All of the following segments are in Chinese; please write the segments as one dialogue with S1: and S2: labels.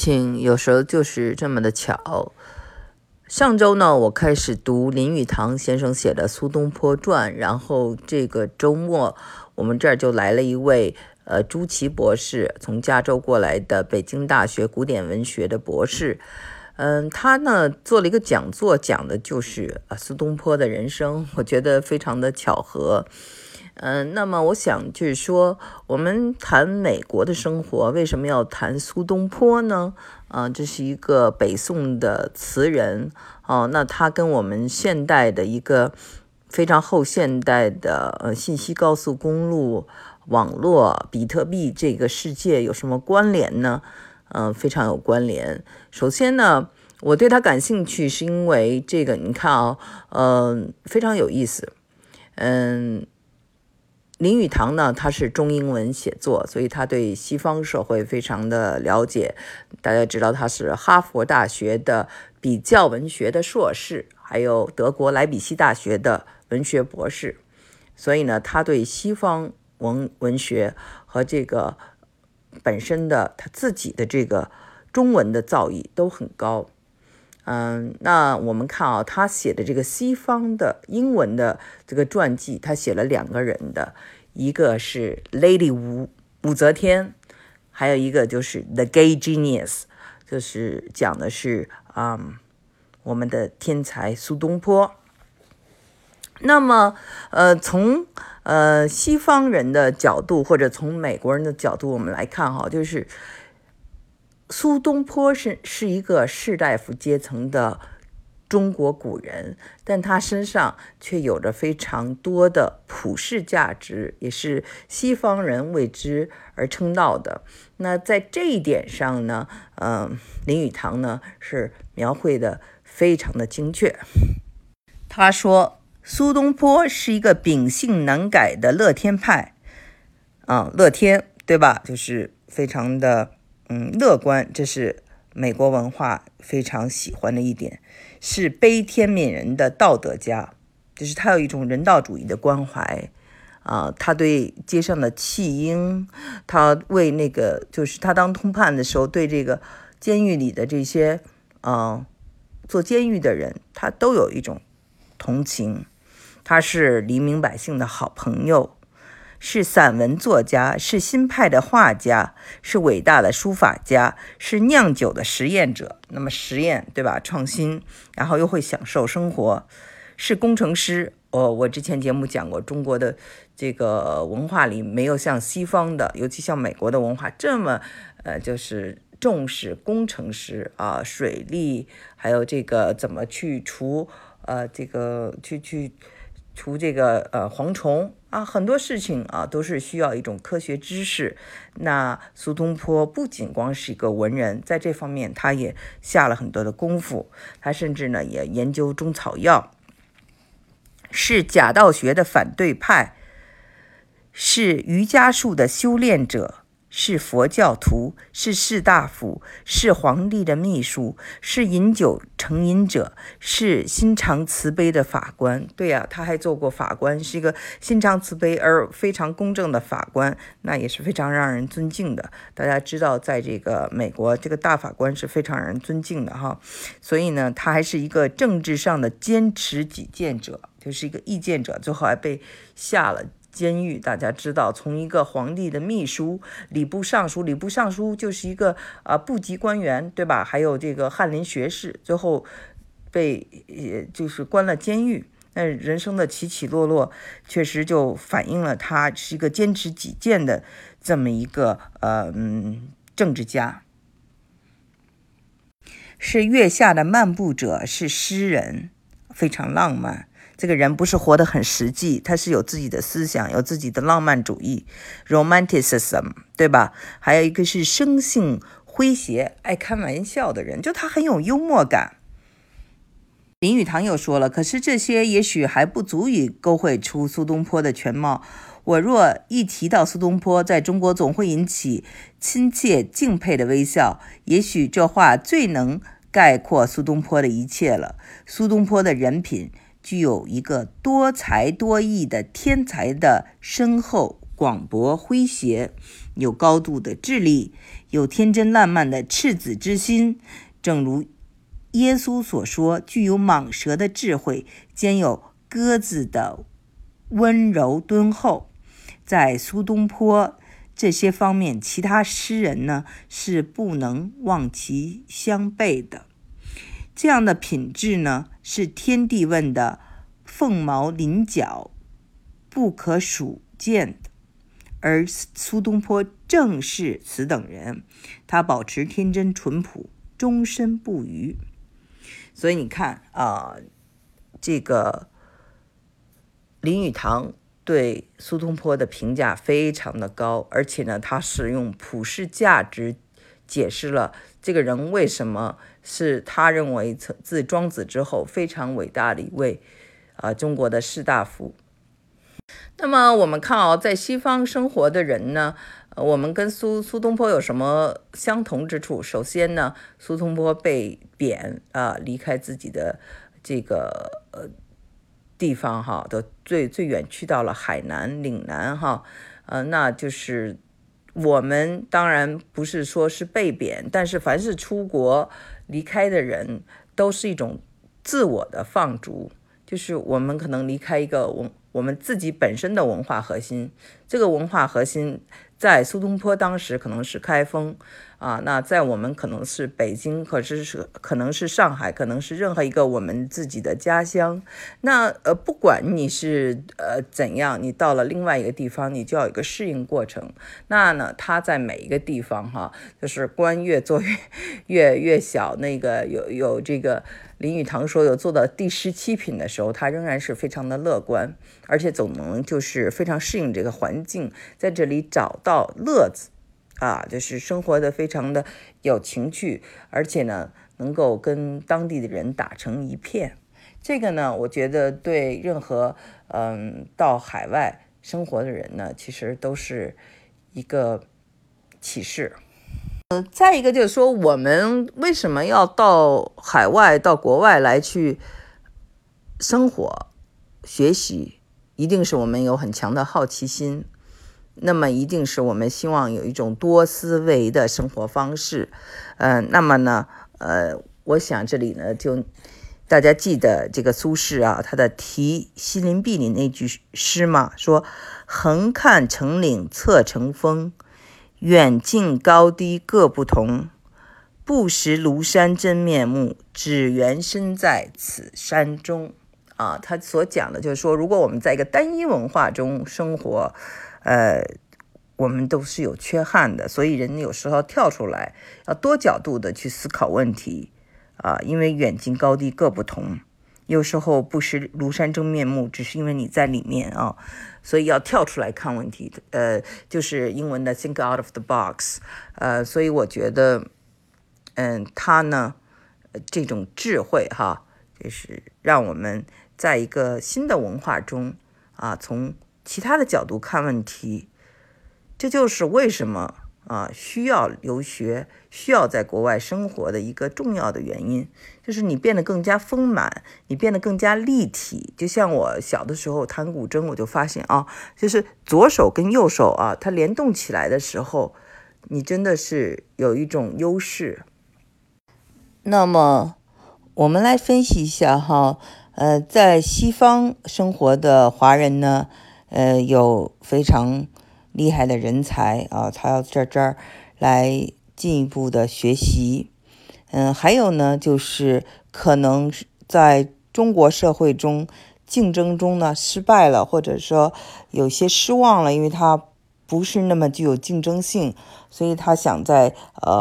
S1: 情有时候就是这么的巧。上周呢，我开始读林语堂先生写的《苏东坡传》，然后这个周末我们这儿就来了一位朱琦博士，从加州过来的北京大学古典文学的博士。他呢做了一个讲座，讲的就是苏东坡的人生，我觉得非常的巧合。那么我想就是说，我们谈美国的生活，为什么要谈苏东坡呢？这是一个北宋的词人那他跟我们现代的一个非常后现代的信息高速公路、网络、比特币这个世界有什么关联呢？非常有关联。首先呢，我对他感兴趣是因为这个，你看非常有意思。林语堂呢，他是中英文写作，所以他对西方社会非常的了解。大家知道他是哈佛大学的比较文学的硕士，还有德国莱比锡大学的文学博士，所以呢，他对西方文学和这个本身的他自己的这个中文的造诣都很高。那我们看他写的这个西方的英文的这个传记，他写了2个人的，一个是 Lady 武则天，还有一个就是 The Gay Genius， 就是讲的是我们的天才苏东坡。那么从西方人的角度，或者从美国人的角度，我们来看就是苏东坡是一个士大夫阶层的中国古人，但他身上却有着非常多的普世价值，也是西方人为之而称道的。那在这一点上呢，林语堂呢是描绘的非常的精确。他说苏东坡是一个秉性难改的乐天派，乐天对吧？就是非常的乐观，这是美国文化非常喜欢的一点。是悲天悯人的道德家，就是他有一种人道主义的关怀他对街上的弃婴，他为就是他当通判的时候，对这个监狱里的这些做监狱的人，他都有一种同情。他是黎民百姓的好朋友，是散文作家，是新派的画家，是伟大的书法家，是酿酒的实验者。那么实验对吧，创新，然后又会享受生活，是工程师。我之前节目讲过，中国的这个文化里没有像西方的，尤其像美国的文化这么就是重视工程师水利，还有这个怎么去除这个去除这个蝗虫很多事情都是需要一种科学知识。那苏东坡不仅光是一个文人，在这方面他也下了很多的功夫，他甚至呢也研究中草药，是假道学的反对派，是瑜伽术的修炼者，是佛教徒，是士大夫，是皇帝的秘书，是饮酒成瘾者，是心肠慈悲的法官。对他还做过法官，是一个心肠慈悲而非常公正的法官，那也是非常让人尊敬的。大家知道在这个美国，这个大法官是非常让人尊敬的所以呢，他还是一个政治上的坚持己见者，就是一个意见者，最后还被下了监狱。大家知道，从一个皇帝的秘书，礼部尚书就是一个部级官员，对吧？还有这个翰林学士，最后被就是关了监狱。那人生的起起落落，确实就反映了他是一个坚持己见的这么一个政治家。是月下的漫步者，是诗人，非常浪漫。这个人不是活得很实际，他是有自己的思想，有自己的浪漫主义 romanticism， 对吧？还有一个是生性诙谐爱开玩笑的人，就他很有幽默感。林语堂又说了，可是这些也许还不足以勾绘出苏东坡的全貌。我若一提到苏东坡，在中国总会引起亲切敬佩的微笑，也许这话最能概括苏东坡的一切了。苏东坡的人品具有一个多才多艺的天才的深厚、广博、诙谐， 有高度的智力，有天真烂漫的赤子之心，正如耶稣所说，具有蟒蛇的智慧，兼有鸽子的温柔敦厚。在苏东坡这些方面，其他诗人呢是不能望其项背的。这样的品质呢，是天地问的凤毛麟角，不可数见的。而苏东坡正是此等人，他保持天真淳朴，终身不渝。所以你看这个林语堂对苏东坡的评价非常的高，而且呢，他是用普世价值解释了这个人为什么是他认为自庄子之后非常伟大的一位中国的士大夫。那么我们看在西方生活的人呢，我们跟苏东坡有什么相同之处？首先呢，苏东坡被贬离开自己的这个地方都最远去到了海南、岭南那就是我们当然不是说是被贬，但是凡是出国离开的人都是一种自我的放逐，就是我们可能离开一个我们自己本身的文化核心，这个文化核心在苏东坡当时可能是开封那在我们可能是北京，可能是上海，可能是任何一个我们自己的家乡。那不管你是怎样，你到了另外一个地方，你就要有一个适应过程。那呢，他在每一个地方就是官越做越小，那个有这个林语堂说有做到第17品的时候，他仍然是非常的乐观，而且总能就是非常适应这个环境，在这里找到乐子就是生活的非常的有情趣，而且呢能够跟当地的人打成一片。这个呢，我觉得对任何到海外生活的人呢，其实都是一个启示。再一个就是说，我们为什么要到海外、到国外来去生活、学习？一定是我们有很强的好奇心，那么一定是我们希望有一种多思维的生活方式。那么呢，我想这里呢，就大家记得这个苏轼他的题西林壁里那句诗嘛，说横看成岭侧成峰，远近高低各不同，不识庐山真面目，只缘身在此山中。他所讲的就是说，如果我们在一个单一文化中生活，我们都是有缺憾的，所以人有时候跳出来，要多角度的去思考问题因为远近高低各不同，有时候不识庐山真面目，只是因为你在里面所以要跳出来看问题，就是英文的 think out of the box。所以我觉得他呢这种智慧就是让我们在一个新的文化中从其他的角度看问题。这就是为什么需要留学，需要在国外生活的一个重要的原因，就是你变得更加丰满，你变得更加立体。就像我小的时候弹古筝，我就发现就是左手跟右手它联动起来的时候，你真的是有一种优势。那么我们来分析一下在西方生活的华人呢，有非常厉害的人才他要这儿来进一步的学习。还有呢，就是可能在中国社会中竞争中呢失败了，或者说有些失望了，因为他不是那么具有竞争性，所以他想在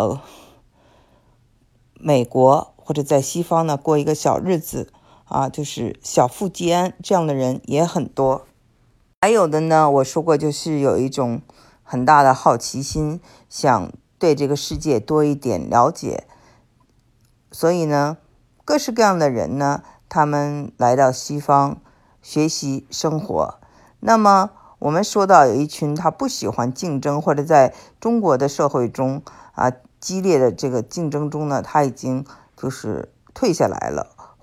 S1: 美国或者在西方呢过一个小日子就是小富即安，这样的人也很多。还有的呢，我说过，就是有一种很大的好奇心，想对这个世界多一点了解。所以呢，各式各样的人呢，他们来到西方学习生活。那么我们说到有一群他不喜欢竞争，或者在中国的社会中激烈的这个竞争中呢，他已经就是退下来了，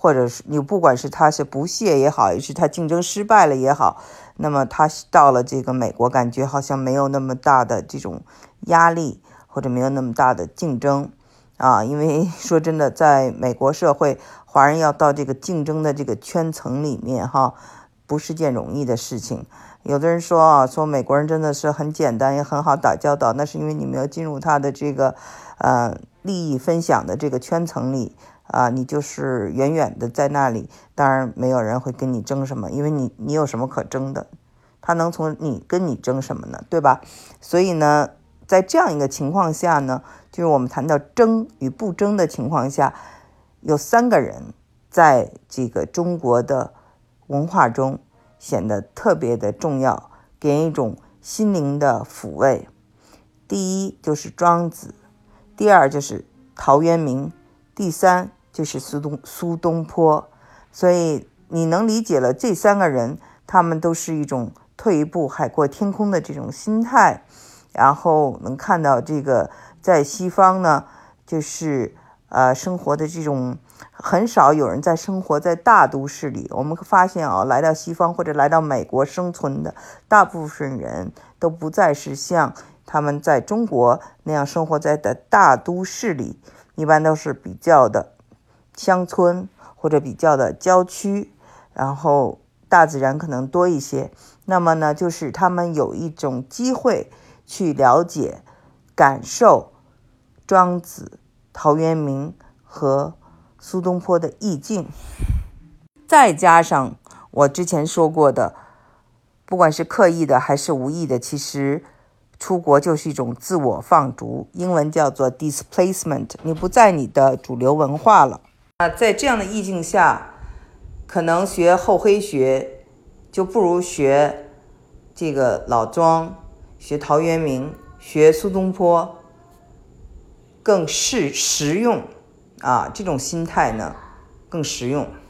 S1: 或者是你不管是他是不屑也好，也是他竞争失败了也好，那么他到了这个美国，感觉好像没有那么大的这种压力，或者没有那么大的竞争啊。因为说真的，在美国社会，华人要到这个竞争的这个圈层里面不是件容易的事情。有的人说美国人真的是很简单，也很好打交道，那是因为你没有进入他的这个利益分享的这个圈层里你就是远远的在那里，当然没有人会跟你争什么，因为你有什么可争的？他能跟你争什么呢？对吧？所以呢，在这样一个情况下呢，就是我们谈到争与不争的情况下，有3个人在这个中国的文化中显得特别的重要，给人一种心灵的抚慰。第一就是庄子，第二就是陶渊明，第三就是苏东坡。所以你能理解了这3个人，他们都是一种退一步海阔天空的这种心态，然后能看到这个在西方呢，就是生活的这种很少有人在生活在大都市里。我们发现来到西方或者来到美国生存的大部分人都不再是像他们在中国那样生活在的大都市里，一般都是比较的乡村或者比较的郊区，然后大自然可能多一些。那么呢，就是他们有一种机会去了解、感受庄子、陶渊明和苏东坡的意境，再加上我之前说过的，不管是刻意的还是无意的，其实出国就是一种自我放逐，英文叫做 displacement， 你不在你的主流文化了。在这样的意境下，可能学厚黑学就不如学这个老庄，学陶渊明，学苏东坡更实用这种心态呢更实用。